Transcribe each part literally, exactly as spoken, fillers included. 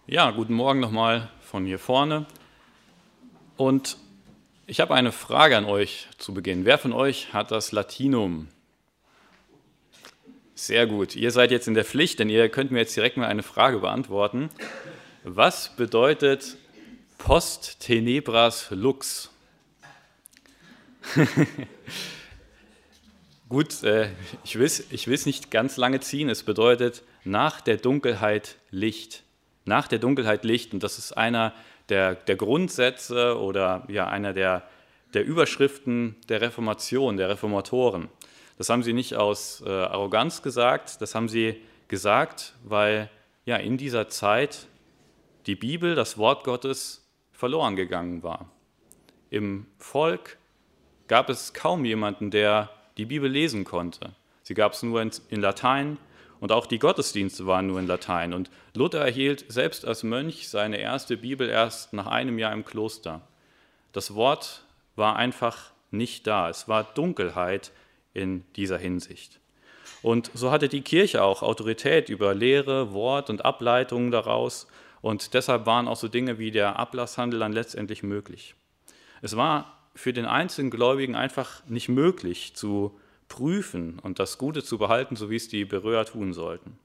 Ja, guten Morgen nochmal von hier vorne. Und ich habe eine Frage an euch zu Beginn. Wer von euch hat das Latinum? Sehr gut. Ihr seid jetzt in der Pflicht, denn ihr könnt mir jetzt direkt mal eine Frage beantworten. Was bedeutet Post tenebras lux? Gut, äh, ich will es ich will's nicht ganz lange ziehen. Es bedeutet nach der Dunkelheit Licht. Nach der Dunkelheit Licht. Und das ist einer der, der Grundsätze oder ja, einer der, der Überschriften der Reformation, der Reformatoren. Das haben sie nicht aus äh, Arroganz gesagt, das haben sie gesagt, weil ja, in dieser Zeit die Bibel, das Wort Gottes, verloren gegangen war. Im Volk gab es kaum jemanden, der die Bibel lesen konnte. Sie gab es nur in, in Latein und auch die Gottesdienste waren nur in Latein. Und Luther erhielt selbst als Mönch seine erste Bibel erst nach einem Jahr im Kloster. Das Wort war einfach nicht da. Es war Dunkelheit in dieser Hinsicht. Und so hatte die Kirche auch Autorität über Lehre, Wort und Ableitungen daraus. Und deshalb waren auch so Dinge wie der Ablasshandel dann letztendlich möglich. Es war für den einzelnen Gläubigen einfach nicht möglich zu prüfen und das Gute zu behalten, so wie es die Beröer tun sollten.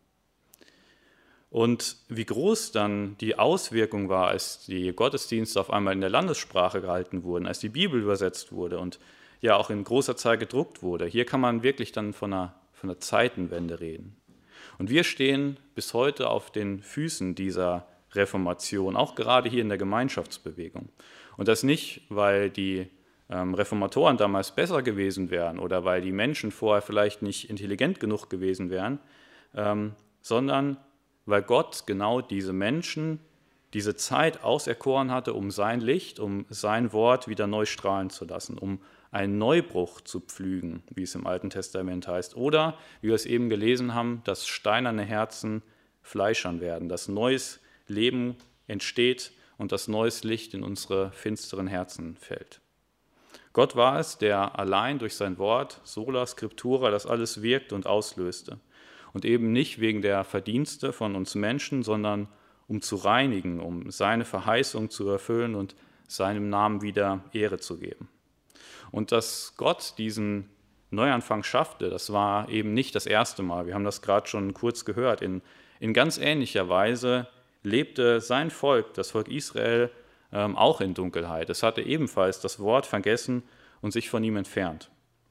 Und wie groß dann die Auswirkung war, als die Gottesdienste auf einmal in der Landessprache gehalten wurden, als die Bibel übersetzt wurde und ja auch in großer Zahl gedruckt wurde. Hier kann man wirklich dann von einer, von einer Zeitenwende reden. Und wir stehen bis heute auf den Füßen dieser Reformation, auch gerade hier in der Gemeinschaftsbewegung. Und das nicht, weil die ähm, Reformatoren damals besser gewesen wären oder weil die Menschen vorher vielleicht nicht intelligent genug gewesen wären, ähm, sondern weil Gott genau diese Menschen, diese Zeit auserkoren hatte, um sein Licht, um sein Wort wieder neu strahlen zu lassen, um einen Neubruch zu pflügen, wie es im Alten Testament heißt. Oder, wie wir es eben gelesen haben, dass steinerne Herzen fleischern werden, dass neues Leben entsteht und das neues Licht in unsere finsteren Herzen fällt. Gott war es, der allein durch sein Wort, sola scriptura, das alles wirkt und auslöste. Und eben nicht wegen der Verdienste von uns Menschen, sondern um zu reinigen, um seine Verheißung zu erfüllen und seinem Namen wieder Ehre zu geben. Und dass Gott diesen Neuanfang schaffte, das war eben nicht das erste Mal. Wir haben das gerade schon kurz gehört. In, in ganz ähnlicher Weise lebte sein Volk, das Volk Israel, ähm, auch in Dunkelheit. Es hatte ebenfalls das Wort vergessen und sich von ihm entfernt.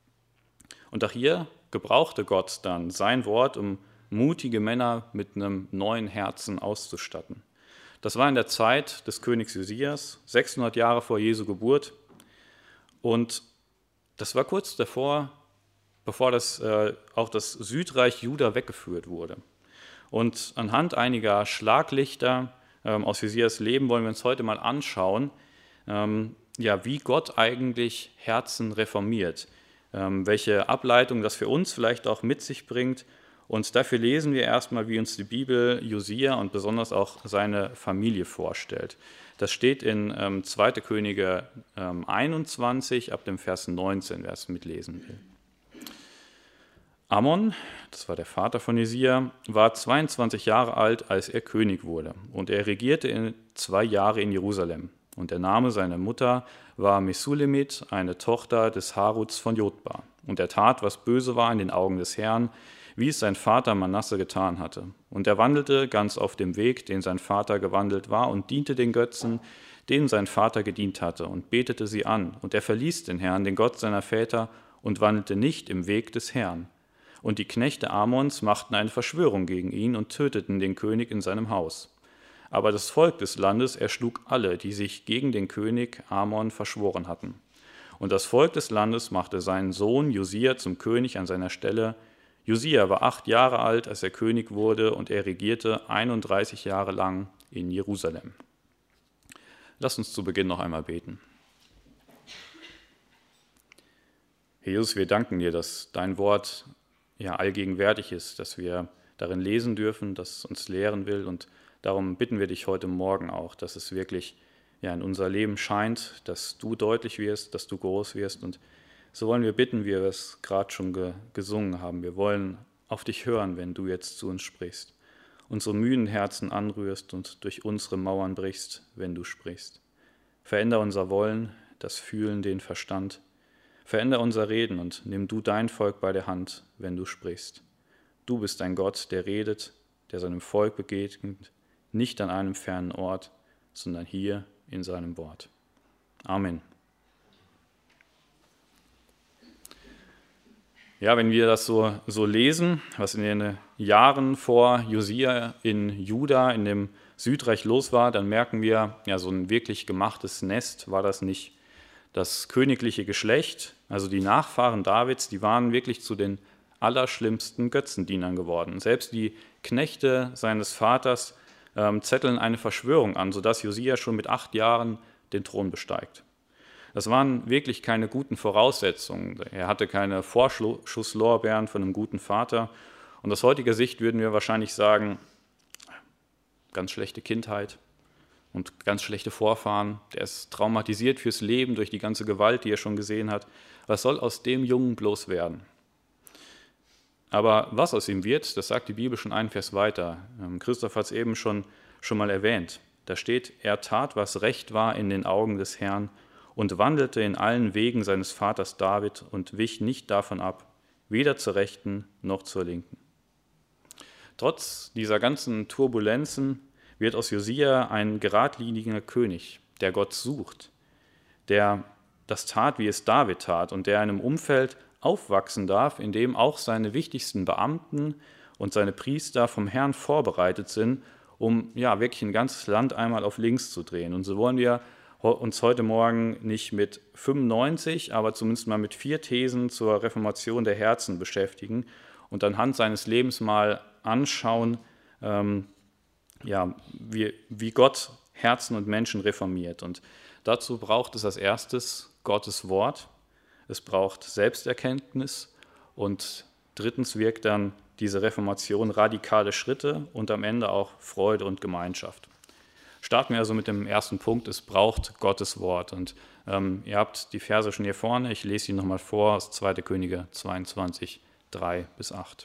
Und auch hier gebrauchte Gott dann sein Wort, um mutige Männer mit einem neuen Herzen auszustatten. Das war in der Zeit des Königs Josias, sechshundert Jahre vor Jesu Geburt. Und das war kurz davor, bevor das, äh, auch das Südreich Juda weggeführt wurde. Und anhand einiger Schlaglichter ähm, aus Josias Leben wollen wir uns heute mal anschauen, ähm, ja, wie Gott eigentlich Herzen reformiert, ähm, welche Ableitung das für uns vielleicht auch mit sich bringt. Und dafür lesen wir erstmal, wie uns die Bibel Josia und besonders auch seine Familie vorstellt. Das steht in ähm, zweiter Könige ähm, einundzwanzig, ab dem Vers neunzehn, wer es mitlesen will. Amon, das war der Vater von Josia, war zweiundzwanzig Jahre alt, als er König wurde. Und er regierte in zwei Jahre in Jerusalem. Und der Name seiner Mutter war Mesulemit, eine Tochter des Haruts von Jotba. Und er tat, was böse war in den Augen des Herrn, wie es sein Vater Manasse getan hatte. Und er wandelte ganz auf dem Weg, den sein Vater gewandelt war, und diente den Götzen, denen sein Vater gedient hatte, und betete sie an. Und er verließ den Herrn, den Gott seiner Väter, und wandelte nicht im Weg des Herrn. Und die Knechte Amons machten eine Verschwörung gegen ihn und töteten den König in seinem Haus. Aber das Volk des Landes erschlug alle, die sich gegen den König Amon verschworen hatten. Und das Volk des Landes machte seinen Sohn Josia zum König an seiner Stelle. Josia war acht Jahre alt, als er König wurde, und er regierte einunddreißig Jahre lang in Jerusalem. Lass uns zu Beginn noch einmal beten. Herr Jesus, wir danken dir, dass dein Wort ja allgegenwärtig ist, dass wir darin lesen dürfen, dass es uns lehren will, und darum bitten wir dich heute Morgen auch, dass es wirklich ja in unser Leben scheint, dass du deutlich wirst, dass du groß wirst, und so wollen wir bitten, wie wir es gerade schon ge- gesungen haben. Wir wollen auf dich hören, wenn du jetzt zu uns sprichst. unsere müden Herzen anrührst und durch unsere Mauern brichst, wenn du sprichst. Veränder unser Wollen, das Fühlen, den Verstand. Veränder unser Reden und nimm du dein Volk bei der Hand, wenn du sprichst. Du bist ein Gott, der redet, der seinem Volk begegnet, nicht an einem fernen Ort, sondern hier in seinem Wort. Amen. Ja, wenn wir das so, so lesen, was in den Jahren vor Josia in Juda, in dem Südreich los war, dann merken wir, ja, so ein wirklich gemachtes Nest war das nicht. Das königliche Geschlecht, also die Nachfahren Davids, die waren wirklich zu den allerschlimmsten Götzendienern geworden. Selbst die Knechte seines Vaters ähm, zetteln eine Verschwörung an, sodass Josia schon mit acht Jahren den Thron besteigt. Das waren wirklich keine guten Voraussetzungen. Er hatte keine Vorschusslorbeeren von einem guten Vater. Und aus heutiger Sicht würden wir wahrscheinlich sagen, ganz schlechte Kindheit und ganz schlechte Vorfahren. Der ist traumatisiert fürs Leben durch die ganze Gewalt, die er schon gesehen hat. Was soll aus dem Jungen bloß werden? Aber was aus ihm wird, das sagt die Bibel schon einen Vers weiter. Christoph hat es eben schon, schon mal erwähnt. Da steht, er tat, was recht war in den Augen des Herrn und wandelte in allen Wegen seines Vaters David und wich nicht davon ab, weder zur Rechten noch zur Linken. Trotz dieser ganzen Turbulenzen wird aus Josia ein geradliniger König, der Gott sucht, der das tat, wie es David tat und der in einem Umfeld aufwachsen darf, in dem auch seine wichtigsten Beamten und seine Priester vom Herrn vorbereitet sind, um ja wirklich ein ganzes Land einmal auf links zu drehen. Und so wollen wir uns heute Morgen nicht mit fünfundneunzig, aber zumindest mal mit vier Thesen zur Reformation der Herzen beschäftigen und anhand seines Lebens mal anschauen, ähm, ja, wie, wie Gott Herzen und Menschen reformiert. Und dazu braucht es als erstes Gottes Wort, es braucht Selbsterkenntnis und drittens wirkt dann diese Reformation radikale Schritte und am Ende auch Freude und Gemeinschaft. Starten wir also mit dem ersten Punkt, es braucht Gottes Wort. Und ähm, ihr habt die Verse schon hier vorne, ich lese sie nochmal vor aus zweiter Könige zweiundzwanzig, drei bis acht.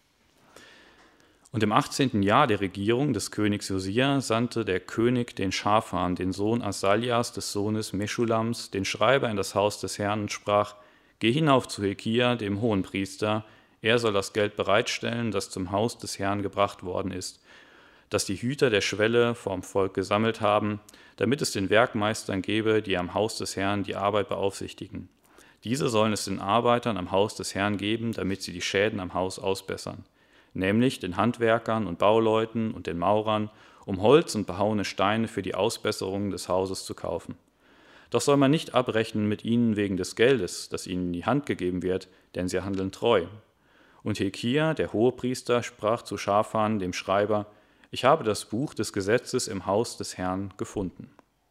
Und im achtzehnten Jahr der Regierung des Königs Josia sandte der König den Schaphan, den Sohn Asalias, des Sohnes Meschulams, den Schreiber in das Haus des Herrn und sprach, geh hinauf zu Hilkia, dem Hohenpriester, er soll das Geld bereitstellen, das zum Haus des Herrn gebracht worden ist, das die Hüter der Schwelle vom Volk gesammelt haben, damit es den Werkmeistern gebe, die am Haus des Herrn die Arbeit beaufsichtigen. Diese sollen es den Arbeitern am Haus des Herrn geben, damit sie die Schäden am Haus ausbessern, nämlich den Handwerkern und Bauleuten und den Maurern, um Holz und behauene Steine für die Ausbesserung des Hauses zu kaufen. Doch soll man nicht abrechnen mit ihnen wegen des Geldes, das ihnen in die Hand gegeben wird, denn sie handeln treu. Und Hilkia, der Hohepriester, sprach zu Schaphan, dem Schreiber, ich habe das Buch des Gesetzes im Haus des Herrn gefunden.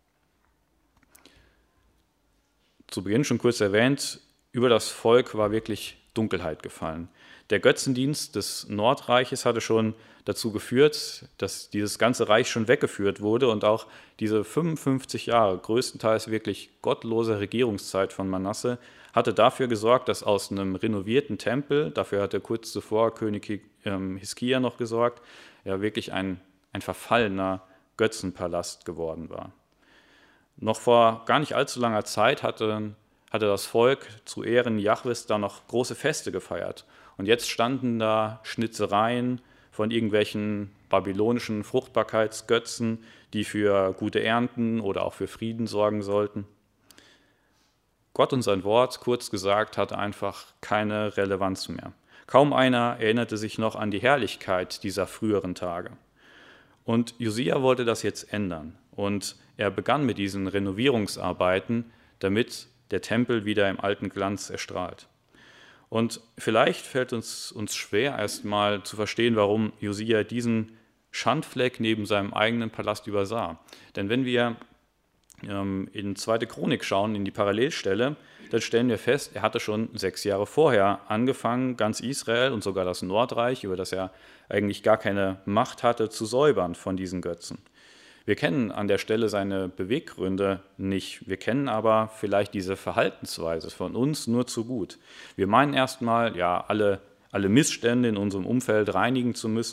Zu Beginn schon kurz erwähnt, über das Volk war wirklich Dunkelheit gefallen. Der Götzendienst des Nordreiches hatte schon dazu geführt, dass dieses ganze Reich schon weggeführt wurde und auch diese fünfundfünfzig Jahre, größtenteils wirklich gottlose Regierungszeit von Manasse, hatte dafür gesorgt, dass aus einem renovierten Tempel, dafür hatte kurz zuvor König Hiskia noch gesorgt, ja wirklich ein, ein verfallener Götzenpalast geworden war. Noch vor gar nicht allzu langer Zeit hatte, hatte das Volk zu Ehren Jahwes da noch große Feste gefeiert. Und jetzt standen da Schnitzereien von irgendwelchen babylonischen Fruchtbarkeitsgötzen, die für gute Ernten oder auch für Frieden sorgen sollten. Gott und sein Wort, kurz gesagt, hatte einfach keine Relevanz mehr. Kaum einer erinnerte sich noch an die Herrlichkeit dieser früheren Tage. Und Josia wollte das jetzt ändern. Und er begann mit diesen Renovierungsarbeiten, damit der Tempel wieder im alten Glanz erstrahlt. Und vielleicht fällt uns, uns schwer, erstmal zu verstehen, warum Josia diesen Schandfleck neben seinem eigenen Palast übersah. Denn wenn wir ähm, in zweite Chronik schauen, in die Parallelstelle, dann stellen wir fest, er hatte schon sechs Jahre vorher angefangen, ganz Israel und sogar das Nordreich, über das er eigentlich gar keine Macht hatte, zu säubern von diesen Götzen. Wir kennen an der Stelle seine Beweggründe nicht. Wir kennen aber vielleicht diese Verhaltensweise von uns nur zu gut. Wir meinen erstmal, ja, alle, alle Missstände in unserem Umfeld reinigen zu müssen,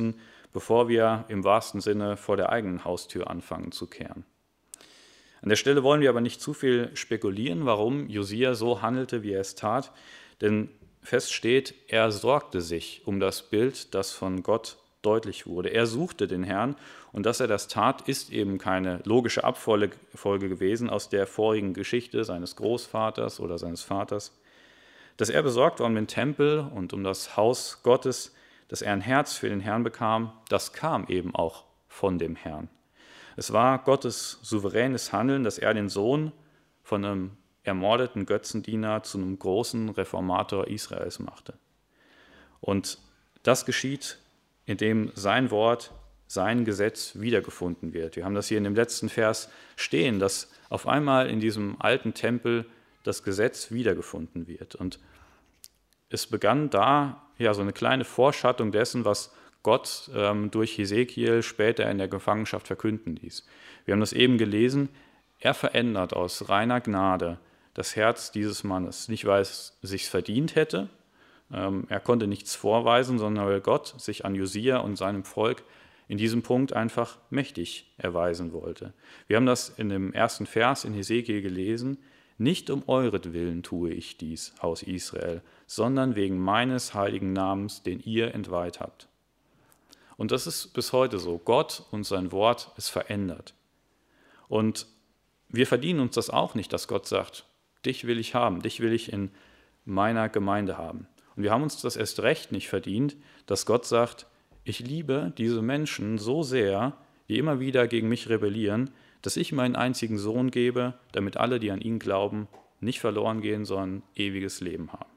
bevor wir im wahrsten Sinne vor der eigenen Haustür anfangen zu kehren. An der Stelle wollen wir aber nicht zu viel spekulieren, warum Josia so handelte, wie er es tat, denn fest steht, er sorgte sich um das Bild, das von Gott deutlich wurde. Er suchte den Herrn und dass er das tat, ist eben keine logische Abfolge gewesen aus der vorigen Geschichte seines Großvaters oder seines Vaters. Dass er besorgt war um den Tempel und um das Haus Gottes, dass er ein Herz für den Herrn bekam, das kam eben auch von dem Herrn. Es war Gottes souveränes Handeln, dass er den Sohn von einem ermordeten Götzendiener zu einem großen Reformator Israels machte. Und das geschieht, indem sein Wort, sein Gesetz wiedergefunden wird. Wir haben das hier in dem letzten Vers stehen, dass auf einmal in diesem alten Tempel das Gesetz wiedergefunden wird. Und es begann da ja so eine kleine Vorschattung dessen, was Gott ähm, durch Hesekiel später in der Gefangenschaft verkünden ließ. Wir haben das eben gelesen, er verändert aus reiner Gnade das Herz dieses Mannes. Nicht, weil es sich verdient hätte, ähm, er konnte nichts vorweisen, sondern weil Gott sich an Josia und seinem Volk in diesem Punkt einfach mächtig erweisen wollte. Wir haben das in dem ersten Vers in Hesekiel gelesen, nicht um euretwillen tue ich dies, Haus Israel, sondern wegen meines heiligen Namens, den ihr entweiht habt. Und das ist bis heute so. Gott und sein Wort ist verändert. Und wir verdienen uns das auch nicht, dass Gott sagt, dich will ich haben, dich will ich in meiner Gemeinde haben. Und wir haben uns das erst recht nicht verdient, dass Gott sagt, ich liebe diese Menschen so sehr, die immer wieder gegen mich rebellieren, dass ich meinen einzigen Sohn gebe, damit alle, die an ihn glauben, nicht verloren gehen, sondern ewiges Leben haben.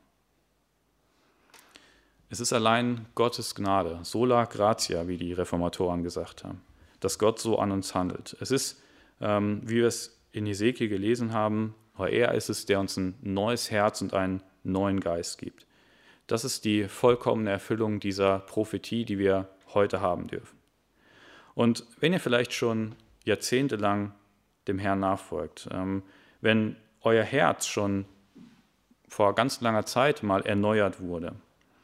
Es ist allein Gottes Gnade, sola gratia, wie die Reformatoren gesagt haben, dass Gott so an uns handelt. Es ist, ähm, wie wir es in Hesekiel gelesen haben, er ist es, der uns ein neues Herz und einen neuen Geist gibt. Das ist die vollkommene Erfüllung dieser Prophetie, die wir heute haben dürfen. Und wenn ihr vielleicht schon jahrzehntelang dem Herrn nachfolgt, ähm, wenn euer Herz schon vor ganz langer Zeit mal erneuert wurde,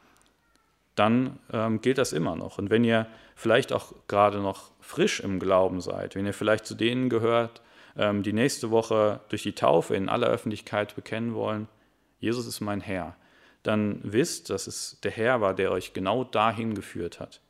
dann ähm, gilt das immer noch. Und wenn ihr vielleicht auch gerade noch frisch im Glauben seid, wenn ihr vielleicht zu denen gehört, ähm, die nächste Woche durch die Taufe in aller Öffentlichkeit bekennen wollen, Jesus ist mein Herr, dann wisst, dass es der Herr war, der euch genau dahin geführt hat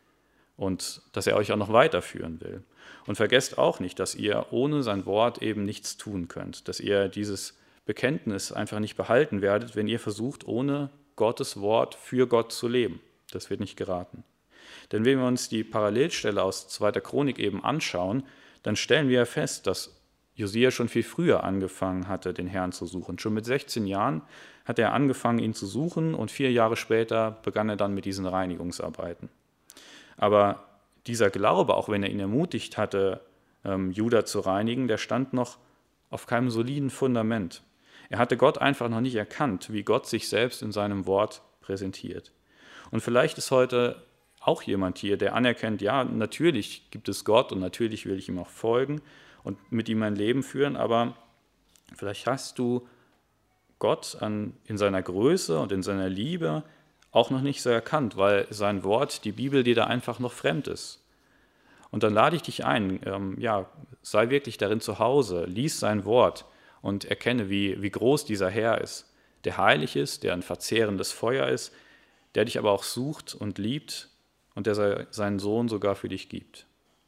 und dass er euch auch noch weiterführen will. Und vergesst auch nicht, dass ihr ohne sein Wort eben nichts tun könnt, dass ihr dieses Bekenntnis einfach nicht behalten werdet, wenn ihr versucht, ohne Gottes Wort für Gott zu leben. Das wird nicht geraten. Denn wenn wir uns die Parallelstelle aus zweiter Chronik eben anschauen, dann stellen wir fest, dass Josia schon viel früher angefangen hatte, den Herrn zu suchen. Schon mit sechzehn Jahren hat er angefangen, ihn zu suchen und vier Jahre später begann er dann mit diesen Reinigungsarbeiten. Aber dieser Glaube, auch wenn er ihn ermutigt hatte, Juda zu reinigen, der stand noch auf keinem soliden Fundament. Er hatte Gott einfach noch nicht erkannt, wie Gott sich selbst in seinem Wort präsentiert. Und vielleicht ist heute auch jemand hier, der anerkennt, ja, natürlich gibt es Gott und natürlich will ich ihm auch folgen und mit ihm ein Leben führen, aber vielleicht hast du Gott an, in seiner Größe und in seiner Liebe auch noch nicht so erkannt, weil sein Wort, die Bibel, dir da einfach noch fremd ist. Und dann lade ich dich ein, ähm, ja, sei wirklich darin zu Hause, lies sein Wort und erkenne, wie, wie groß dieser Herr ist, der heilig ist, der ein verzehrendes Feuer ist, der dich aber auch sucht und liebt und der seinen Sohn sogar für dich gibt.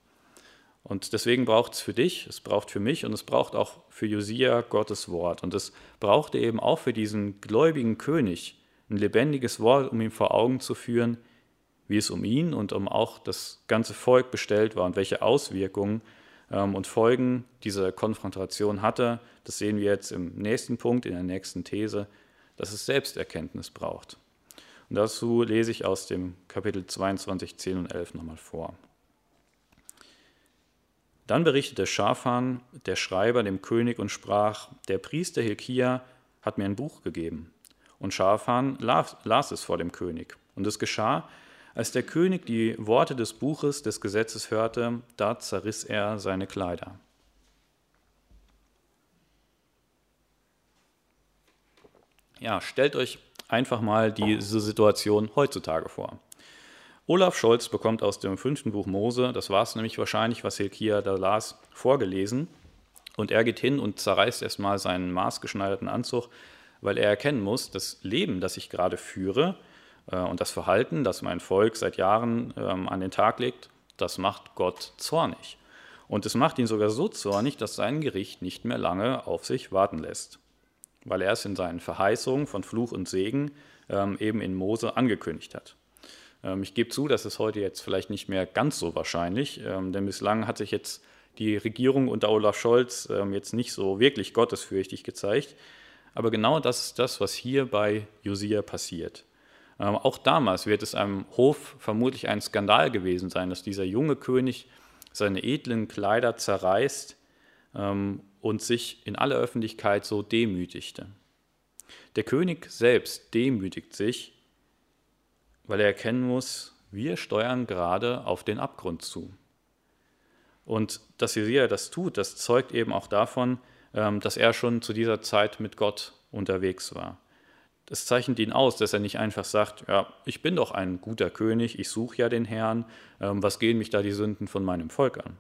Und deswegen braucht es für dich, es braucht für mich und es braucht auch für Josia Gottes Wort. Und es brauchte eben auch für diesen gläubigen König ein lebendiges Wort, um ihm vor Augen zu führen, wie es um ihn und um auch das ganze Volk bestellt war und welche Auswirkungen ähm, und Folgen diese Konfrontation hatte. Das sehen wir jetzt im nächsten Punkt, in der nächsten These, dass es Selbsterkenntnis braucht. Und dazu lese ich aus dem Kapitel zweiundzwanzig, zehn und elf nochmal vor. Dann berichtete Schafan, der Schreiber, dem König und sprach, der Priester Hilkia hat mir ein Buch gegeben. Und Schafan las, las es vor dem König. Und es geschah, als der König die Worte des Buches des Gesetzes hörte, da zerriss er seine Kleider. Ja, stellt euch einfach mal diese Situation heutzutage vor. Olaf Scholz bekommt aus dem fünften Buch Mose, das war es nämlich wahrscheinlich, was Hilkia da las, vorgelesen. Und er geht hin und zerreißt erstmal seinen maßgeschneiderten Anzug, weil er erkennen muss, das Leben, das ich gerade führe äh, und das Verhalten, das mein Volk seit Jahren ähm, an den Tag legt, das macht Gott zornig. Und es macht ihn sogar so zornig, dass sein Gericht nicht mehr lange auf sich warten lässt, weil er es in seinen Verheißungen von Fluch und Segen ähm, eben in Mose angekündigt hat. Ähm, ich gebe zu, das ist heute jetzt vielleicht nicht mehr ganz so wahrscheinlich, ähm, denn bislang hat sich jetzt die Regierung unter Olaf Scholz ähm, jetzt nicht so wirklich gottesfürchtig gezeigt. Aber genau das ist das, was hier bei Josia passiert. Ähm, auch damals wird es am Hof vermutlich ein Skandal gewesen sein, dass dieser junge König seine edlen Kleider zerreißt ähm, und sich in aller Öffentlichkeit so demütigte. Der König selbst demütigt sich, weil er erkennen muss, wir steuern gerade auf den Abgrund zu. Und dass Josia das tut, das zeugt eben auch davon, dass er schon zu dieser Zeit mit Gott unterwegs war. Das zeichnet ihn aus, dass er nicht einfach sagt, ja, ich bin doch ein guter König, ich suche ja den Herrn, was gehen mich da die Sünden von meinem Volk an?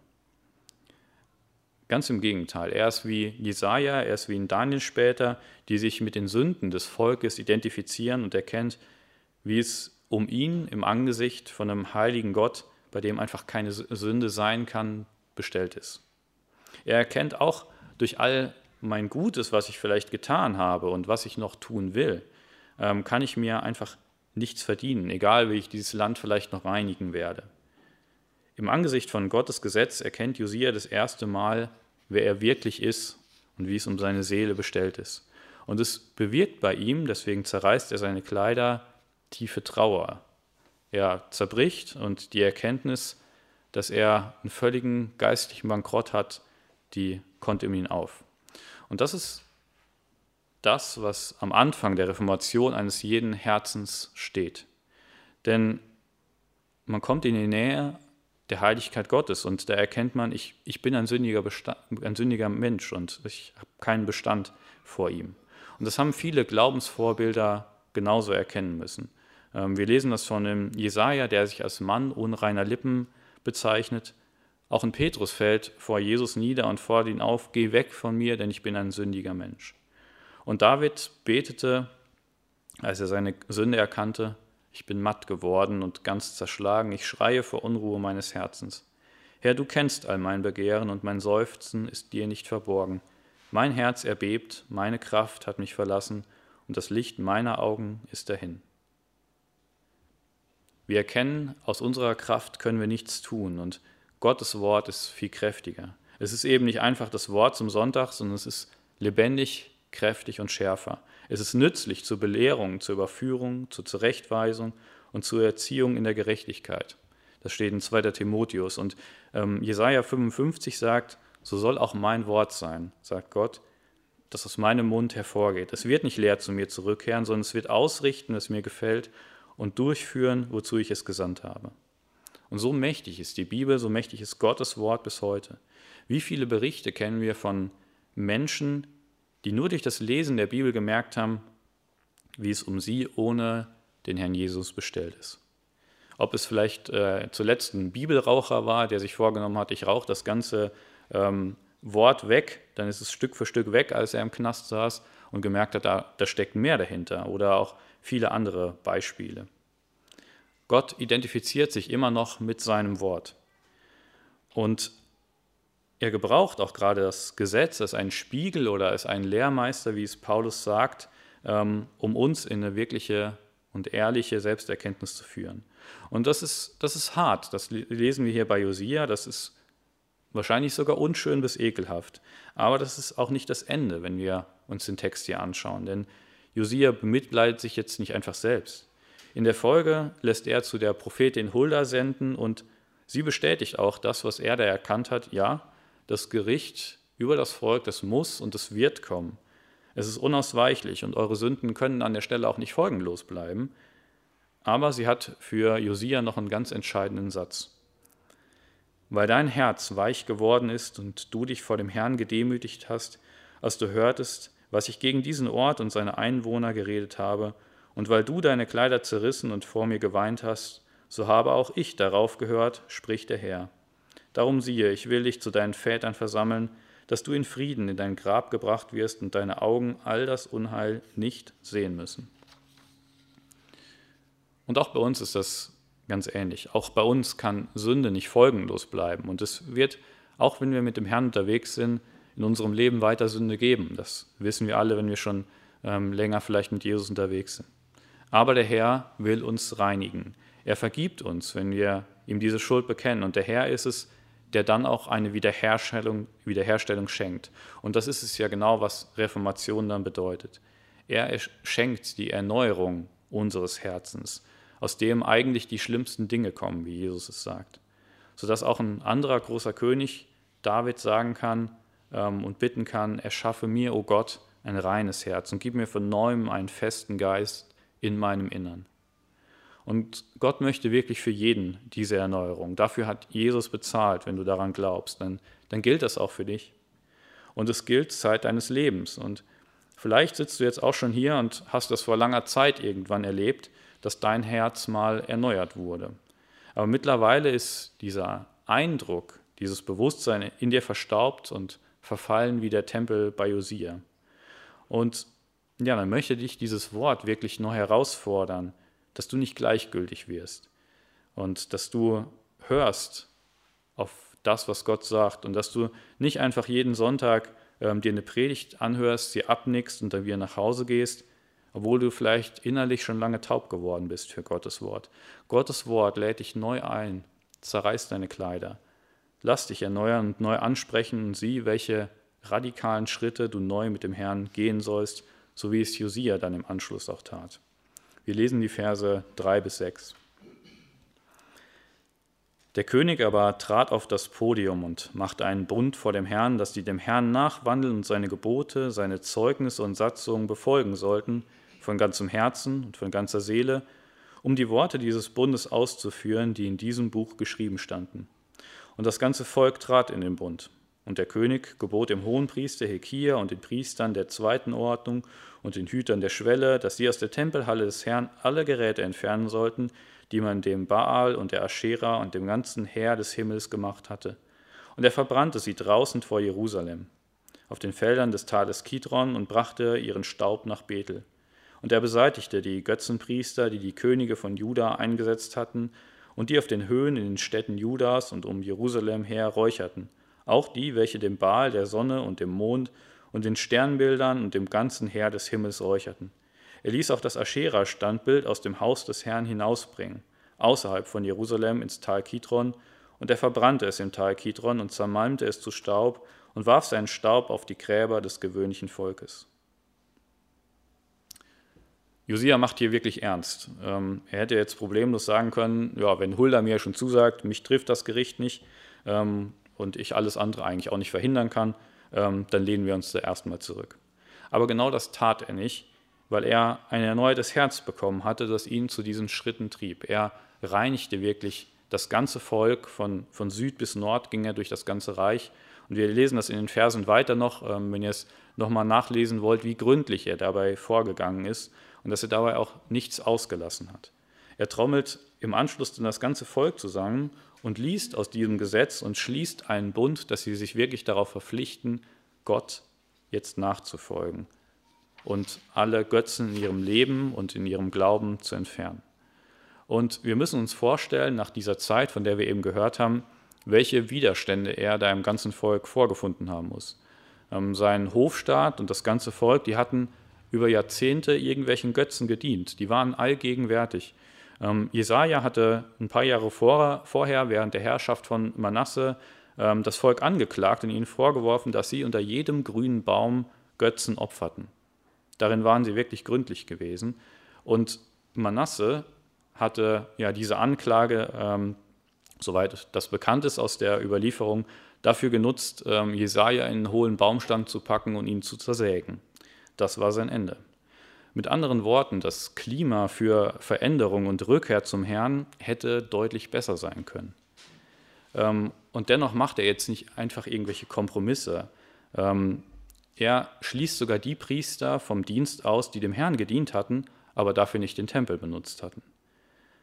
Ganz im Gegenteil, er ist wie Jesaja, er ist wie ein Daniel später, die sich mit den Sünden des Volkes identifizieren und erkennt, wie es um ihn im Angesicht von einem heiligen Gott, bei dem einfach keine Sünde sein kann, bestellt ist. Er erkennt auch durch all mein Gutes, was ich vielleicht getan habe und was ich noch tun will, ähm, kann ich mir einfach nichts verdienen, egal wie ich dieses Land vielleicht noch reinigen werde. Im Angesicht von Gottes Gesetz erkennt Josia das erste Mal, wer er wirklich ist und wie es um seine Seele bestellt ist. Und es bewirkt bei ihm, deswegen zerreißt er seine Kleider, tiefe Trauer. Er zerbricht und die Erkenntnis, dass er einen völligen geistlichen Bankrott hat, die kommt in ihn auf. Und das ist das, was am Anfang der Reformation eines jeden Herzens steht. Denn man kommt in die Nähe der Heiligkeit Gottes und da erkennt man, ich, ich bin ein sündiger, Bestand, ein sündiger Mensch und ich habe keinen Bestand vor ihm. Und das haben viele Glaubensvorbilder genauso erkennen müssen. Wir lesen das von dem Jesaja, der sich als Mann unreiner Lippen bezeichnet. Auch ein Petrus fällt vor Jesus nieder und fordert ihn auf, geh weg von mir, denn ich bin ein sündiger Mensch. Und David betete, als er seine Sünde erkannte, ich bin matt geworden und ganz zerschlagen, ich schreie vor Unruhe meines Herzens. Herr, du kennst all mein Begehren und mein Seufzen ist dir nicht verborgen. Mein Herz erbebt, meine Kraft hat mich verlassen und das Licht meiner Augen ist dahin. Wir erkennen, aus unserer Kraft können wir nichts tun und Gottes Wort ist viel kräftiger. Es ist eben nicht einfach das Wort zum Sonntag, sondern es ist lebendig, kräftig und schärfer. Es ist nützlich zur Belehrung, zur Überführung, zur Zurechtweisung und zur Erziehung in der Gerechtigkeit. Das steht in zweiter Timotheus. Und ähm, Jesaja fünfundfünfzig sagt, so soll auch mein Wort sein, sagt Gott, das aus meinem Mund hervorgeht. Es wird nicht leer zu mir zurückkehren, sondern es wird ausrichten, was mir gefällt und durchführen, wozu ich es gesandt habe. Und so mächtig ist die Bibel, so mächtig ist Gottes Wort bis heute. Wie viele Berichte kennen wir von Menschen, die nur durch das Lesen der Bibel gemerkt haben, wie es um sie ohne den Herrn Jesus bestellt ist. Ob es vielleicht äh, zuletzt ein Bibelraucher war, der sich vorgenommen hat, ich rauche das ganze ähm, Wort weg, dann ist es Stück für Stück weg, als er im Knast saß und gemerkt hat, da, da steckt mehr dahinter. Oder auch viele andere Beispiele. Gott identifiziert sich immer noch mit seinem Wort. Und er gebraucht auch gerade das Gesetz als einen Spiegel oder als einen Lehrmeister, wie es Paulus sagt, um uns in eine wirkliche und ehrliche Selbsterkenntnis zu führen. Und das ist, das ist hart, das lesen wir hier bei Josia, das ist wahrscheinlich sogar unschön bis ekelhaft. Aber das ist auch nicht das Ende, wenn wir uns den Text hier anschauen, denn Josia bemitleidet sich jetzt nicht einfach selbst. In der Folge lässt er zu der Prophetin Hulda senden und sie bestätigt auch das, was er da erkannt hat. Ja, das Gericht über das Volk, das muss und das wird kommen. Es ist unausweichlich und eure Sünden können an der Stelle auch nicht folgenlos bleiben. Aber sie hat für Josia noch einen ganz entscheidenden Satz. Weil dein Herz weich geworden ist und du dich vor dem Herrn gedemütigt hast, als du hörtest, was ich gegen diesen Ort und seine Einwohner geredet habe, und weil du deine Kleider zerrissen und vor mir geweint hast so habe auch ich darauf gehört, spricht der Herr. Darum siehe, ich will dich zu deinen Vätern versammeln, dass du in Frieden in dein Grab gebracht wirst und deine Augen all das Unheil nicht sehen müssen. Und auch bei uns ist das ganz ähnlich. Auch bei uns kann Sünde nicht folgenlos bleiben. Und es wird, auch wenn wir mit dem Herrn unterwegs sind, in unserem Leben weiter Sünde geben. Das wissen wir alle, wenn wir schon ähm, länger vielleicht mit Jesus unterwegs sind. Aber der Herr will uns reinigen. Er vergibt uns, wenn wir ihm diese Schuld bekennen. Und der Herr ist es, der dann auch eine Wiederherstellung, Wiederherstellung schenkt. Und das ist es ja genau, was Reformation dann bedeutet. Er schenkt die Erneuerung unseres Herzens, aus dem eigentlich die schlimmsten Dinge kommen, wie Jesus es sagt. Sodass auch ein anderer großer König, David, sagen kann ähm, und bitten kann, erschaffe mir, o Gott, ein reines Herz und gib mir von neuem einen festen Geist in meinem Innern. Und Gott möchte wirklich für jeden diese Erneuerung. Dafür hat Jesus bezahlt, wenn du daran glaubst. Dann, dann gilt das auch für dich. Und es gilt Zeit deines Lebens. Und vielleicht sitzt du jetzt auch schon hier und hast das vor langer Zeit irgendwann erlebt, dass dein Herz mal erneuert wurde. Aber mittlerweile ist dieser Eindruck, dieses Bewusstsein in dir verstaubt und verfallen wie der Tempel bei Josia. Und ja, dann möchte dich dieses Wort wirklich neu herausfordern, dass du nicht gleichgültig wirst und dass du hörst auf das, was Gott sagt und dass du nicht einfach jeden Sonntag ähm, dir eine Predigt anhörst, sie abnickst und dann wieder nach Hause gehst, obwohl du vielleicht innerlich schon lange taub geworden bist für Gottes Wort. Gottes Wort lädt dich neu ein, zerreiß deine Kleider, lass dich erneuern und neu ansprechen und sieh, welche radikalen Schritte du neu mit dem Herrn gehen sollst, so wie es Josia dann im Anschluss auch tat. Wir lesen die Verse drei bis sechs. Der König aber trat auf das Podium und machte einen Bund vor dem Herrn, dass die dem Herrn nachwandeln und seine Gebote, seine Zeugnisse und Satzungen befolgen sollten, von ganzem Herzen und von ganzer Seele, um die Worte dieses Bundes auszuführen, die in diesem Buch geschrieben standen. Und das ganze Volk trat in den Bund. Und der König gebot dem Hohenpriester Hilkia und den Priestern der zweiten Ordnung und den Hütern der Schwelle, dass sie aus der Tempelhalle des Herrn alle Geräte entfernen sollten, die man dem Baal und der Aschera und dem ganzen Heer des Himmels gemacht hatte. Und er verbrannte sie draußen vor Jerusalem, auf den Feldern des Tales Kidron, und brachte ihren Staub nach Bethel. Und er beseitigte die Götzenpriester, die die Könige von Juda eingesetzt hatten und die auf den Höhen in den Städten Judas und um Jerusalem her räucherten, auch die, welche dem Baal, der Sonne und dem Mond und den Sternbildern und dem ganzen Heer des Himmels räucherten. Er ließ auch das Aschera-Standbild aus dem Haus des Herrn hinausbringen, außerhalb von Jerusalem ins Tal Kidron, und er verbrannte es im Tal Kidron und zermalmte es zu Staub und warf seinen Staub auf die Gräber des gewöhnlichen Volkes. Josia macht hier wirklich ernst. Ähm, er hätte jetzt problemlos sagen können, ja, wenn Hulda mir schon zusagt, mich trifft das Gericht nicht ähm, und ich alles andere eigentlich auch nicht verhindern kann, ähm, dann lehnen wir uns da erstmal zurück. Aber genau das tat er nicht, weil er ein erneuertes Herz bekommen hatte, das ihn zu diesen Schritten trieb. Er reinigte wirklich das ganze Volk, von, von Süd bis Nord ging er durch das ganze Reich. Und wir lesen das in den Versen weiter noch, ähm, wenn ihr es nochmal nachlesen wollt, wie gründlich er dabei vorgegangen ist und dass er dabei auch nichts ausgelassen hat. Er trommelt im Anschluss dann das ganze Volk zusammen und liest aus diesem Gesetz und schließt einen Bund, dass sie sich wirklich darauf verpflichten, Gott jetzt nachzufolgen und alle Götzen in ihrem Leben und in ihrem Glauben zu entfernen. Und wir müssen uns vorstellen, nach dieser Zeit, von der wir eben gehört haben, welche Widerstände er da im ganzen Volk vorgefunden haben muss. Ähm, sein Hofstaat und das ganze Volk, die hatten über Jahrzehnte irgendwelchen Götzen gedient. Die waren allgegenwärtig. Ähm, Jesaja hatte ein paar Jahre vor, vorher, während der Herrschaft von Manasse, ähm, das Volk angeklagt und ihnen vorgeworfen, dass sie unter jedem grünen Baum Götzen opferten. Darin waren sie wirklich gründlich gewesen. Und Manasse hatte ja diese Anklage, ähm, soweit das bekannt ist aus der Überlieferung, dafür genutzt, ähm, Jesaja in einen hohlen Baumstamm zu packen und ihn zu zersägen. Das war sein Ende. Mit anderen Worten, das Klima für Veränderung und Rückkehr zum Herrn hätte deutlich besser sein können. Ähm, und dennoch macht er jetzt nicht einfach irgendwelche Kompromisse. Ähm, er schließt sogar die Priester vom Dienst aus, die dem Herrn gedient hatten, aber dafür nicht den Tempel benutzt hatten.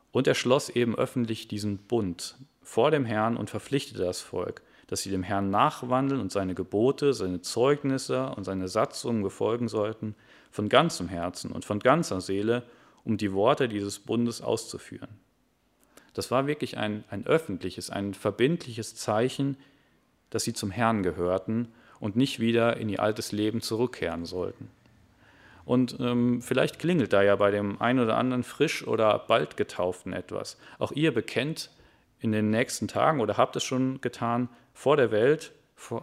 Und er schloss eben öffentlich diesen Bund vor dem Herrn und verpflichtete das Volk, dass sie dem Herrn nachwandeln und seine Gebote, seine Zeugnisse und seine Satzungen befolgen sollten, von ganzem Herzen und von ganzer Seele, um die Worte dieses Bundes auszuführen. Das war wirklich ein, ein öffentliches, ein verbindliches Zeichen, dass sie zum Herrn gehörten und nicht wieder in ihr altes Leben zurückkehren sollten. Und ähm, vielleicht klingelt da ja bei dem einen oder anderen frisch oder bald Getauften etwas. Auch ihr bekennt in den nächsten Tagen oder habt es schon getan vor der Welt,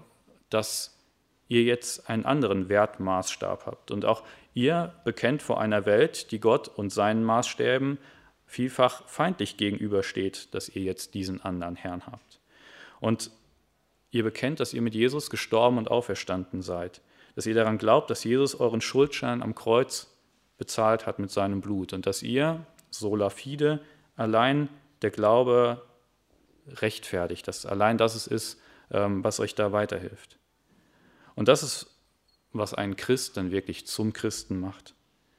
dass ihr jetzt einen anderen Wertmaßstab habt. Und auch ihr bekennt vor einer Welt, die Gott und seinen Maßstäben vielfach feindlich gegenübersteht, dass ihr jetzt diesen anderen Herrn habt. Und ihr bekennt, dass ihr mit Jesus gestorben und auferstanden seid, dass ihr daran glaubt, dass Jesus euren Schuldschein am Kreuz bezahlt hat mit seinem Blut und dass ihr, sola fide, allein der Glaube rechtfertigt, dass allein das es ist, was euch da weiterhilft. Und das ist, was einen Christ dann wirklich zum Christen macht.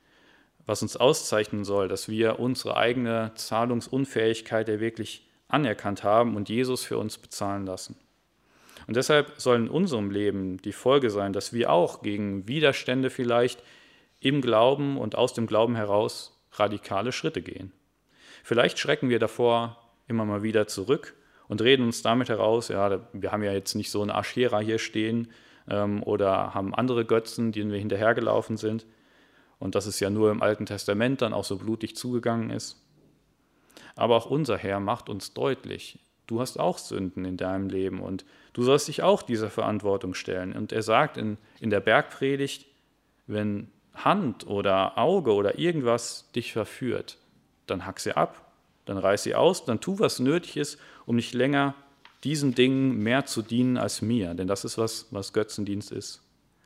Was uns auszeichnen soll, dass wir unsere eigene Zahlungsunfähigkeit ja wirklich anerkannt haben und Jesus für uns bezahlen lassen. Und deshalb soll in unserem Leben die Folge sein, dass wir auch gegen Widerstände vielleicht im Glauben und aus dem Glauben heraus radikale Schritte gehen. Vielleicht schrecken wir davor immer mal wieder zurück und reden uns damit heraus, ja, wir haben ja jetzt nicht so eine Aschera hier stehen ähm, oder haben andere Götzen, denen wir hinterhergelaufen sind und dass es ja nur im Alten Testament dann auch so blutig zugegangen ist. Aber auch unser Herr macht uns deutlich, du hast auch Sünden in deinem Leben und du sollst dich auch dieser Verantwortung stellen. Und er sagt in, in der Bergpredigt, wenn Hand oder Auge oder irgendwas dich verführt, dann hack sie ab, dann reiß sie aus, dann tu, was nötig ist, um nicht länger diesen Dingen mehr zu dienen als mir. Denn das ist, was, was Götzendienst ist.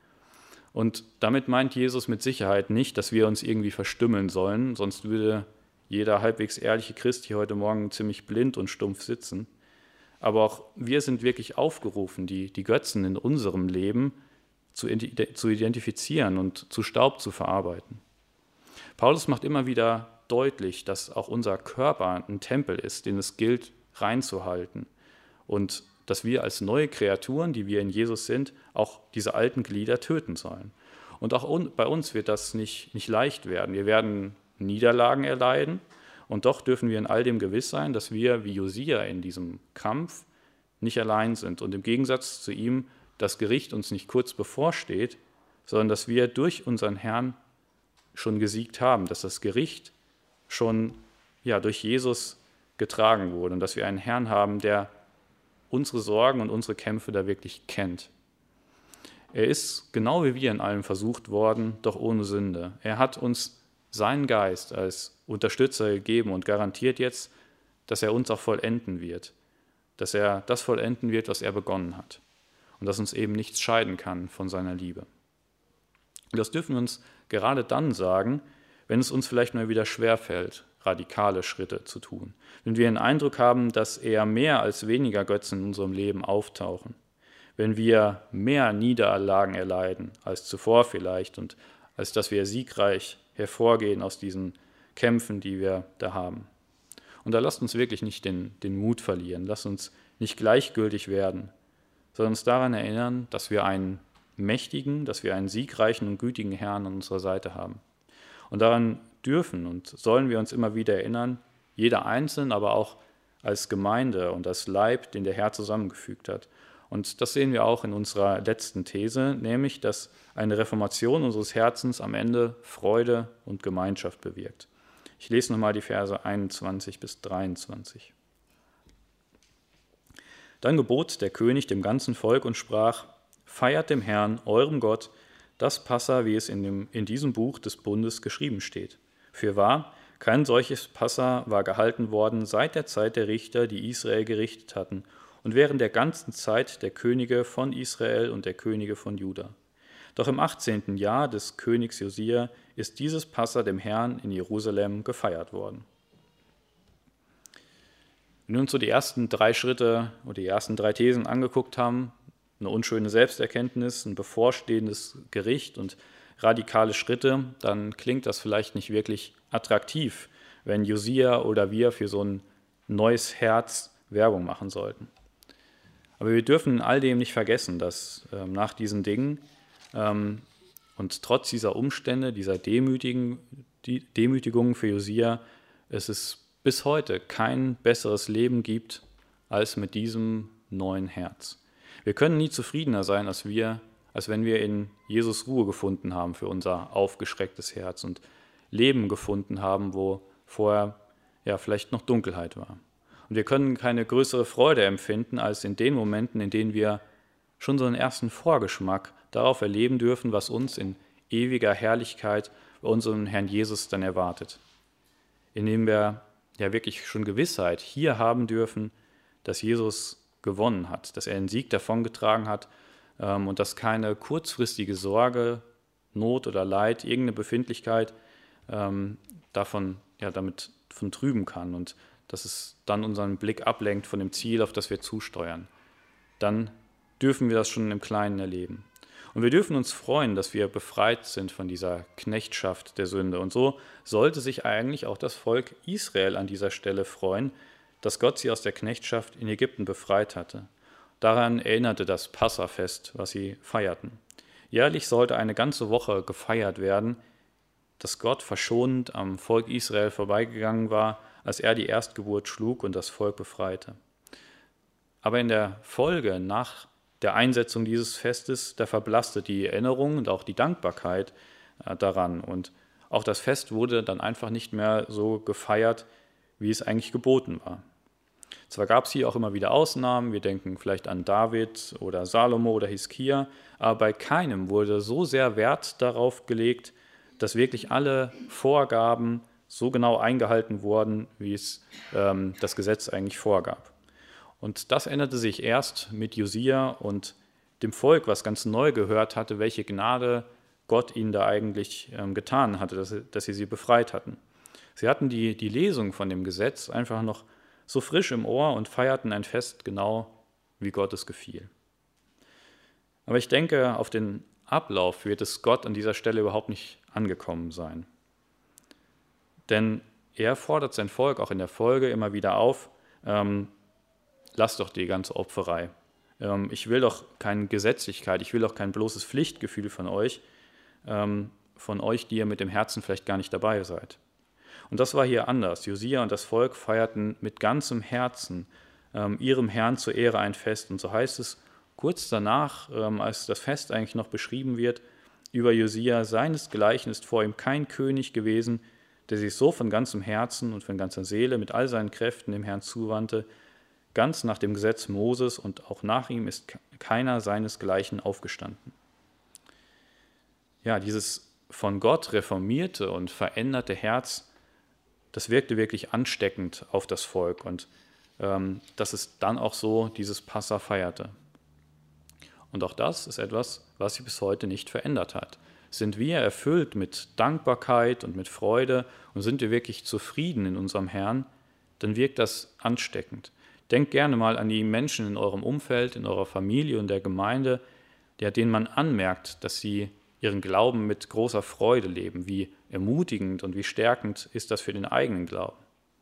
Und damit meint Jesus mit Sicherheit nicht, dass wir uns irgendwie verstümmeln sollen, sonst würde jeder halbwegs ehrliche Christ hier heute Morgen ziemlich blind und stumpf sitzen. Aber auch wir sind wirklich aufgerufen, die, die Götzen in unserem Leben zu, zu identifizieren und zu Staub zu verarbeiten. Paulus macht immer wieder deutlich, dass auch unser Körper ein Tempel ist, den es gilt, reinzuhalten. Und dass wir als neue Kreaturen, die wir in Jesus sind, auch diese alten Glieder töten sollen. Und auch un- bei uns wird das nicht, nicht leicht werden. Wir werden Niederlagen erleiden und doch dürfen wir in all dem gewiss sein, dass wir wie Josia in diesem Kampf nicht allein sind und im Gegensatz zu ihm das Gericht uns nicht kurz bevorsteht, sondern dass wir durch unseren Herrn schon gesiegt haben, dass das Gericht schon ja, durch Jesus getragen wurde und dass wir einen Herrn haben, der unsere Sorgen und unsere Kämpfe da wirklich kennt. Er ist genau wie wir in allem versucht worden, doch ohne Sünde. Er hat uns seinen Geist als Unterstützer gegeben und garantiert jetzt, dass er uns auch vollenden wird, dass er das vollenden wird, was er begonnen hat und dass uns eben nichts scheiden kann von seiner Liebe. Und das dürfen wir uns gerade dann sagen, wenn es uns vielleicht mal wieder schwerfällt, radikale Schritte zu tun. Wenn wir den Eindruck haben, dass eher mehr als weniger Götzen in unserem Leben auftauchen. Wenn wir mehr Niederlagen erleiden als zuvor vielleicht und als dass wir siegreich hervorgehen aus diesen Kämpfen, die wir da haben. Und da lasst uns wirklich nicht den, den Mut verlieren, lasst uns nicht gleichgültig werden, sondern uns daran erinnern, dass wir einen mächtigen, dass wir einen siegreichen und gütigen Herrn an unserer Seite haben. Und daran dürfen und sollen wir uns immer wieder erinnern, jeder Einzelne, aber auch als Gemeinde und als Leib, den der Herr zusammengefügt hat. Und das sehen wir auch in unserer letzten These, nämlich, dass eine Reformation unseres Herzens am Ende Freude und Gemeinschaft bewirkt. Ich lese nochmal die Verse einundzwanzig bis dreiundzwanzig. Dann gebot der König dem ganzen Volk und sprach: Feiert dem Herrn, eurem Gott, das Passa, wie es in, dem, in diesem Buch des Bundes geschrieben steht. Fürwahr, kein solches Passa war gehalten worden seit der Zeit der Richter, die Israel gerichtet hatten, und während der ganzen Zeit der Könige von Israel und der Könige von Juda. Doch im achtzehnten Jahr des Königs Josia ist dieses Passa dem Herrn in Jerusalem gefeiert worden. Wenn wir uns so die ersten drei Schritte oder die ersten drei Thesen angeguckt haben, eine unschöne Selbsterkenntnis, ein bevorstehendes Gericht und radikale Schritte, dann klingt das vielleicht nicht wirklich attraktiv, wenn Josia oder wir für so ein neues Herz Werbung machen sollten. Aber wir dürfen in all dem nicht vergessen, dass ähm, nach diesen Dingen ähm, und trotz dieser Umstände, dieser Demütigen, die Demütigung für Josia, es ist bis heute kein besseres Leben gibt als mit diesem neuen Herz. Wir können nie zufriedener sein, als wir, als wenn wir in Jesus Ruhe gefunden haben für unser aufgeschrecktes Herz und Leben gefunden haben, wo vorher ja vielleicht noch Dunkelheit war. Und wir können keine größere Freude empfinden, als in den Momenten, in denen wir schon so einen ersten Vorgeschmack darauf erleben dürfen, was uns in ewiger Herrlichkeit bei unserem Herrn Jesus dann erwartet. Indem wir ja wirklich schon Gewissheit hier haben dürfen, dass Jesus gewonnen hat, dass er einen Sieg davongetragen hat ähm, und dass keine kurzfristige Sorge, Not oder Leid, irgendeine Befindlichkeit ähm, davon, ja, damit von trüben kann und dass es dann unseren Blick ablenkt von dem Ziel, auf das wir zusteuern. Dann dürfen wir das schon im Kleinen erleben. Und wir dürfen uns freuen, dass wir befreit sind von dieser Knechtschaft der Sünde. Und so sollte sich eigentlich auch das Volk Israel an dieser Stelle freuen, dass Gott sie aus der Knechtschaft in Ägypten befreit hatte. Daran erinnerte das Passafest, was sie feierten. Jährlich sollte eine ganze Woche gefeiert werden, dass Gott verschonend am Volk Israel vorbeigegangen war, als er die Erstgeburt schlug und das Volk befreite. Aber in der Folge, nach der Einsetzung dieses Festes, da verblasste die Erinnerung und auch die Dankbarkeit daran. Und auch das Fest wurde dann einfach nicht mehr so gefeiert, wie es eigentlich geboten war. Zwar gab es hier auch immer wieder Ausnahmen, wir denken vielleicht an David oder Salomo oder Hiskia, aber bei keinem wurde so sehr Wert darauf gelegt, dass wirklich alle Vorgaben so genau eingehalten wurden, wie es ähm, das Gesetz eigentlich vorgab. Und das änderte sich erst mit Josia und dem Volk, was ganz neu gehört hatte, welche Gnade Gott ihnen da eigentlich ähm, getan hatte, dass sie, dass sie sie befreit hatten. Sie hatten die, die Lesung von dem Gesetz einfach noch so frisch im Ohr und feierten ein Fest genau, wie Gott es gefiel. Aber ich denke, auf den Ablauf wird es Gott an dieser Stelle überhaupt nicht angekommen sein. Denn er fordert sein Volk auch in der Folge immer wieder auf, ähm, lasst doch die ganze Opferei. Ähm, ich will doch keine Gesetzlichkeit, ich will doch kein bloßes Pflichtgefühl von euch, ähm, von euch, die ihr mit dem Herzen vielleicht gar nicht dabei seid. Und das war hier anders. Josia und das Volk feierten mit ganzem Herzen ähm, ihrem Herrn zur Ehre ein Fest. Und so heißt es kurz danach, ähm, als das Fest eigentlich noch beschrieben wird, über Josia: Seinesgleichen ist vor ihm kein König gewesen, der sich so von ganzem Herzen und von ganzer Seele mit all seinen Kräften dem Herrn zuwandte. Ganz nach dem Gesetz Moses und auch nach ihm ist keiner seinesgleichen aufgestanden. Ja, dieses von Gott reformierte und veränderte Herz, das wirkte wirklich ansteckend auf das Volk und ähm, dass es dann auch so dieses Passa feierte. Und auch das ist etwas, was sich bis heute nicht verändert hat. Sind wir erfüllt mit Dankbarkeit und mit Freude und sind wir wirklich zufrieden in unserem Herrn, dann wirkt das ansteckend. Denkt gerne mal an die Menschen in eurem Umfeld, in eurer Familie und der Gemeinde, denen man anmerkt, dass sie ihren Glauben mit großer Freude leben. Wie ermutigend und wie stärkend ist das für den eigenen Glauben.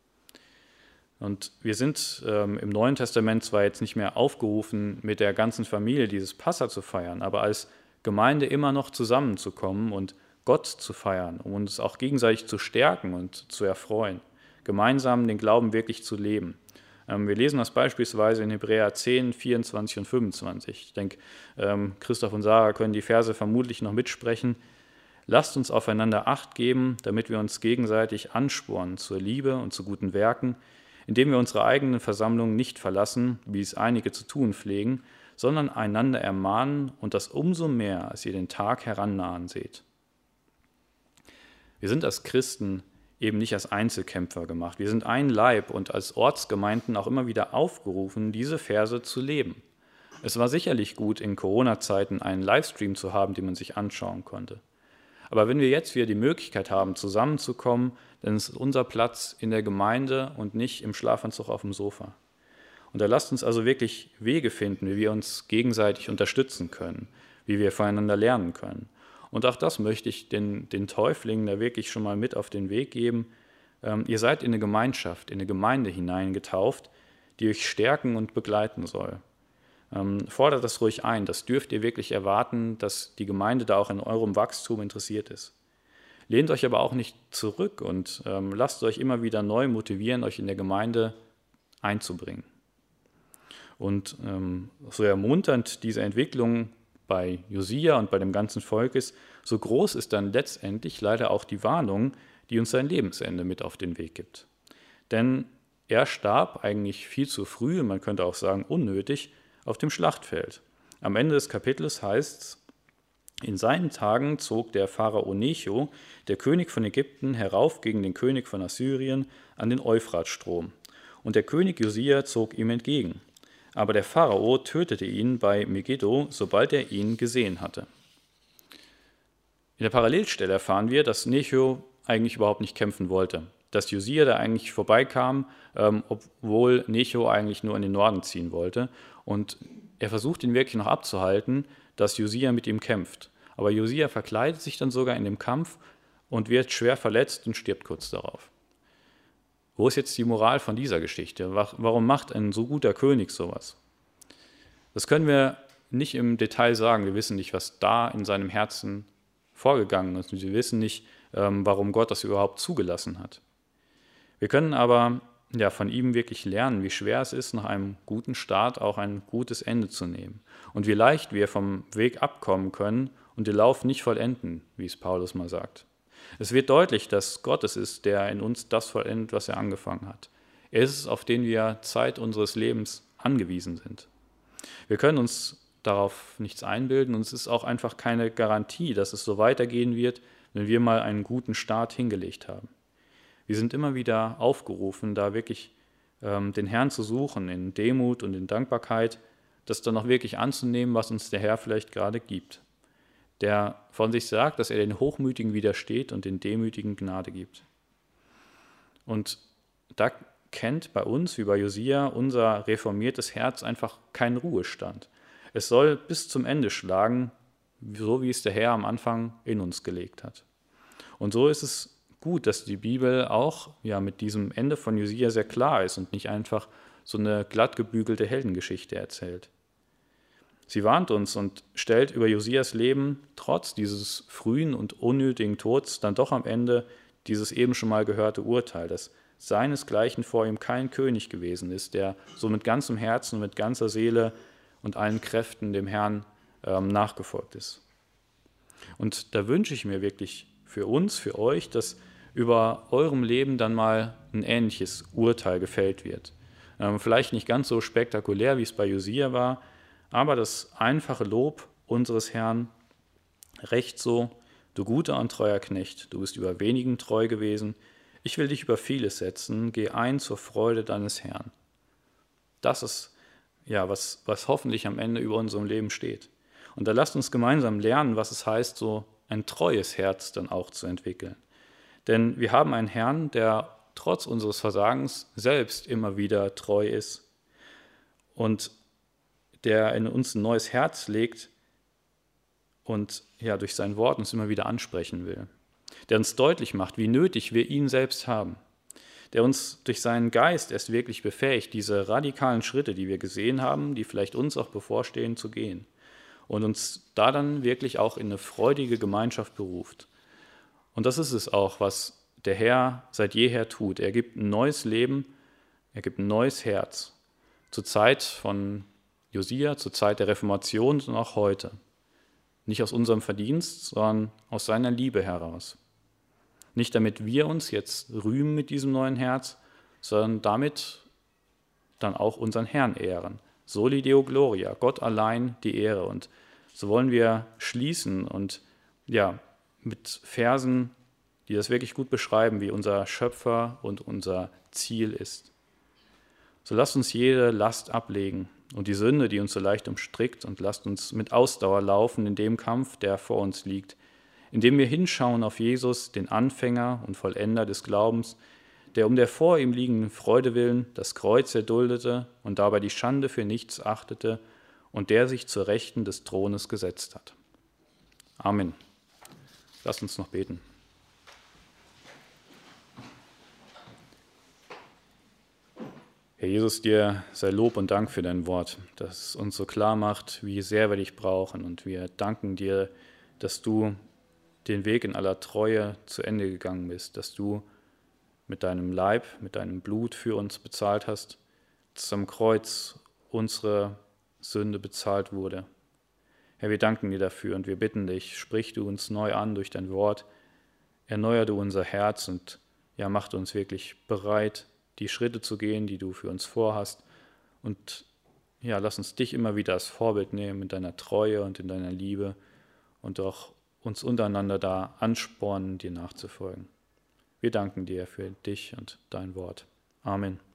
Und wir sind ähm, im Neuen Testament zwar jetzt nicht mehr aufgerufen, mit der ganzen Familie dieses Passa zu feiern, aber als Gemeinde immer noch zusammenzukommen und Gott zu feiern, um uns auch gegenseitig zu stärken und zu erfreuen, gemeinsam den Glauben wirklich zu leben. Ähm, wir lesen das beispielsweise in Hebräer zehn, vierundzwanzig und fünfundzwanzig. Ich denke, ähm, Christoph und Sarah können die Verse vermutlich noch mitsprechen. Lasst uns aufeinander Acht geben, damit wir uns gegenseitig anspornen zur Liebe und zu guten Werken, indem wir unsere eigenen Versammlungen nicht verlassen, wie es einige zu tun pflegen, sondern einander ermahnen und das umso mehr, als ihr den Tag herannahen seht. Wir sind als Christen eben nicht als Einzelkämpfer gemacht. Wir sind ein Leib und als Ortsgemeinden auch immer wieder aufgerufen, diese Verse zu leben. Es war sicherlich gut, in Corona-Zeiten einen Livestream zu haben, den man sich anschauen konnte. Aber wenn wir jetzt wieder die Möglichkeit haben, zusammenzukommen, dann ist unser Platz in der Gemeinde und nicht im Schlafanzug auf dem Sofa. Und da lasst uns also wirklich Wege finden, wie wir uns gegenseitig unterstützen können, wie wir voneinander lernen können. Und auch das möchte ich den, den Täuflingen da wirklich schon mal mit auf den Weg geben. ähm, ihr seid in eine Gemeinschaft, in eine Gemeinde hineingetauft, die euch stärken und begleiten soll. Ähm, fordert das ruhig ein, das dürft ihr wirklich erwarten, dass die Gemeinde da auch in eurem Wachstum interessiert ist. Lehnt euch aber auch nicht zurück und ähm, lasst euch immer wieder neu motivieren, euch in der Gemeinde einzubringen. Und ähm, so ermunternd diese Entwicklung bei Josia und bei dem ganzen Volk ist, so groß ist dann letztendlich leider auch die Warnung, die uns sein Lebensende mit auf den Weg gibt. Denn er starb eigentlich viel zu früh, man könnte auch sagen unnötig, auf dem Schlachtfeld. Am Ende des Kapitels heißt es, in seinen Tagen zog der Pharao Necho, der König von Ägypten, herauf gegen den König von Assyrien an den Euphratstrom. Und der König Josia zog ihm entgegen. Aber der Pharao tötete ihn bei Megiddo, sobald er ihn gesehen hatte. In der Parallelstelle erfahren wir, dass Necho eigentlich überhaupt nicht kämpfen wollte. Dass Josia da eigentlich vorbeikam, ähm, obwohl Necho eigentlich nur in den Norden ziehen wollte. Und er versucht ihn wirklich noch abzuhalten, dass Josia mit ihm kämpft. Aber Josia verkleidet sich dann sogar in dem Kampf und wird schwer verletzt und stirbt kurz darauf. Wo ist jetzt die Moral von dieser Geschichte? Warum macht ein so guter König sowas? Das können wir nicht im Detail sagen. Wir wissen nicht, was da in seinem Herzen vorgegangen ist. Und wir wissen nicht, warum Gott das überhaupt zugelassen hat. Wir können aber ja, von ihm wirklich lernen, wie schwer es ist, nach einem guten Start auch ein gutes Ende zu nehmen. Und wie leicht wir vom Weg abkommen können und den Lauf nicht vollenden, wie es Paulus mal sagt. Es wird deutlich, dass Gott es ist, der in uns das vollendet, was er angefangen hat. Er ist es, auf den wir Zeit unseres Lebens angewiesen sind. Wir können uns darauf nichts einbilden und es ist auch einfach keine Garantie, dass es so weitergehen wird, wenn wir mal einen guten Start hingelegt haben. Wir sind immer wieder aufgerufen, da wirklich ähm, den Herrn zu suchen, in Demut und in Dankbarkeit, das dann auch wirklich anzunehmen, was uns der Herr vielleicht gerade gibt. Der von sich sagt, dass er den Hochmütigen widersteht und den Demütigen Gnade gibt. Und da kennt bei uns, wie bei Josia, unser reformiertes Herz einfach keinen Ruhestand. Es soll bis zum Ende schlagen, so wie es der Herr am Anfang in uns gelegt hat. Und so ist es gut, dass die Bibel auch ja, mit diesem Ende von Josia sehr klar ist und nicht einfach so eine glatt gebügelte Heldengeschichte erzählt. Sie warnt uns und stellt über Josias Leben trotz dieses frühen und unnötigen Tods dann doch am Ende dieses eben schon mal gehörte Urteil, dass seinesgleichen vor ihm kein König gewesen ist, der so mit ganzem Herzen und mit ganzer Seele und allen Kräften dem Herrn ähm, nachgefolgt ist. Und da wünsche ich mir wirklich für uns, für euch, dass über eurem Leben dann mal ein ähnliches Urteil gefällt wird. Ähm, vielleicht nicht ganz so spektakulär, wie es bei Josia war, aber das einfache Lob unseres Herrn: Recht so, du guter und treuer Knecht, du bist über wenigen treu gewesen, ich will dich über vieles setzen, geh ein zur Freude deines Herrn. Das ist ja was, was hoffentlich am Ende über unserem Leben steht. Und da lasst uns gemeinsam lernen, was es heißt, so ein treues Herz dann auch zu entwickeln. Denn wir haben einen Herrn, der trotz unseres Versagens selbst immer wieder treu ist und der in uns ein neues Herz legt und ja durch sein Wort uns immer wieder ansprechen will. Der uns deutlich macht, wie nötig wir ihn selbst haben. Der uns durch seinen Geist erst wirklich befähigt, diese radikalen Schritte, die wir gesehen haben, die vielleicht uns auch bevorstehen, zu gehen. Und uns da dann wirklich auch in eine freudige Gemeinschaft beruft. Und das ist es auch, was der Herr seit jeher tut. Er gibt ein neues Leben, er gibt ein neues Herz. Zur Zeit von Josia, zur Zeit der Reformation und auch heute. Nicht aus unserem Verdienst, sondern aus seiner Liebe heraus. Nicht damit wir uns jetzt rühmen mit diesem neuen Herz, sondern damit dann auch unseren Herrn ehren. Soli Deo Gloria, Gott allein die Ehre. Und so wollen wir schließen und ja, mit Versen, die das wirklich gut beschreiben, wie unser Schöpfer und unser Ziel ist. So lasst uns jede Last ablegen und die Sünde, die uns so leicht umstrickt, und lasst uns mit Ausdauer laufen in dem Kampf, der vor uns liegt, indem wir hinschauen auf Jesus, den Anfänger und Vollender des Glaubens, der um der vor ihm liegenden Freude willen das Kreuz erduldete und dabei die Schande für nichts achtete und der sich zur Rechten des Thrones gesetzt hat. Amen. Lasst uns noch beten. Herr Jesus, dir sei Lob und Dank für dein Wort, das uns so klar macht, wie sehr wir dich brauchen. Und wir danken dir, dass du den Weg in aller Treue zu Ende gegangen bist, dass du mit deinem Leib, mit deinem Blut für uns bezahlt hast, dass am Kreuz unsere Sünde bezahlt wurde. Herr, wir danken dir dafür und wir bitten dich, sprich du uns neu an durch dein Wort, erneuer du unser Herz und ja, mach uns wirklich bereit, die Schritte zu gehen, die du für uns vorhast. Und ja, lass uns dich immer wieder als Vorbild nehmen in deiner Treue und in deiner Liebe und auch uns untereinander da anspornen, dir nachzufolgen. Wir danken dir für dich und dein Wort. Amen.